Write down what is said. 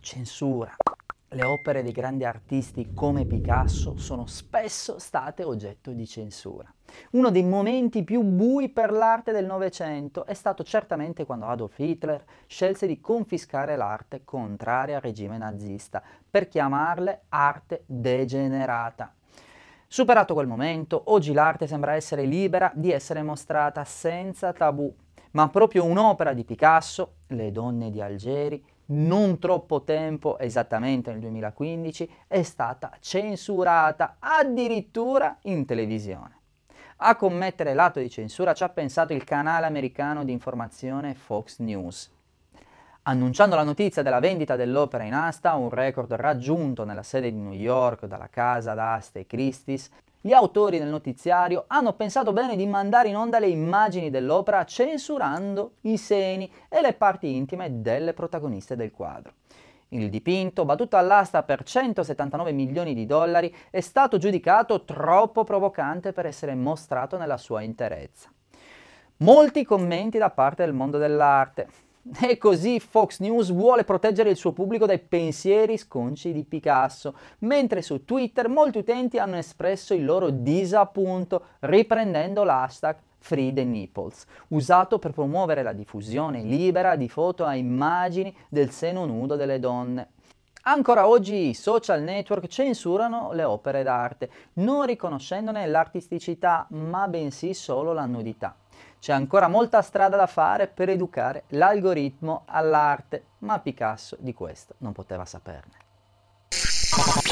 Censura. Le opere di grandi artisti come Picasso sono spesso state oggetto di censura. Uno dei momenti più bui per l'arte del Novecento è stato certamente quando Adolf Hitler scelse di confiscare l'arte contraria al regime nazista per chiamarle arte degenerata. Superato quel momento, oggi l'arte sembra essere libera di essere mostrata senza tabù, ma proprio un'opera di Picasso, Le donne di Algeri, non troppo tempo, esattamente nel 2015, è stata censurata addirittura in televisione. A commettere l'atto di censura ci ha pensato il canale americano di informazione Fox News. Annunciando la notizia della vendita dell'opera in asta, un record raggiunto nella sede di New York dalla casa d'aste Christie's, gli autori del notiziario hanno pensato bene di mandare in onda le immagini dell'opera censurando i seni e le parti intime delle protagoniste del quadro. Il dipinto, battuto all'asta per 179 milioni di dollari, è stato giudicato troppo provocante per essere mostrato nella sua interezza. Molti commenti da parte del mondo dell'arte. E così Fox News vuole proteggere il suo pubblico dai pensieri sconci di Picasso, mentre su Twitter molti utenti hanno espresso il loro disappunto riprendendo l'hashtag Free the Nipples, usato per promuovere la diffusione libera di foto a immagini del seno nudo delle donne. Ancora oggi i social network censurano le opere d'arte, non riconoscendone l'artisticità, ma bensì solo la nudità. C'è ancora molta strada da fare per educare l'algoritmo all'arte, ma Picasso di questo non poteva saperne.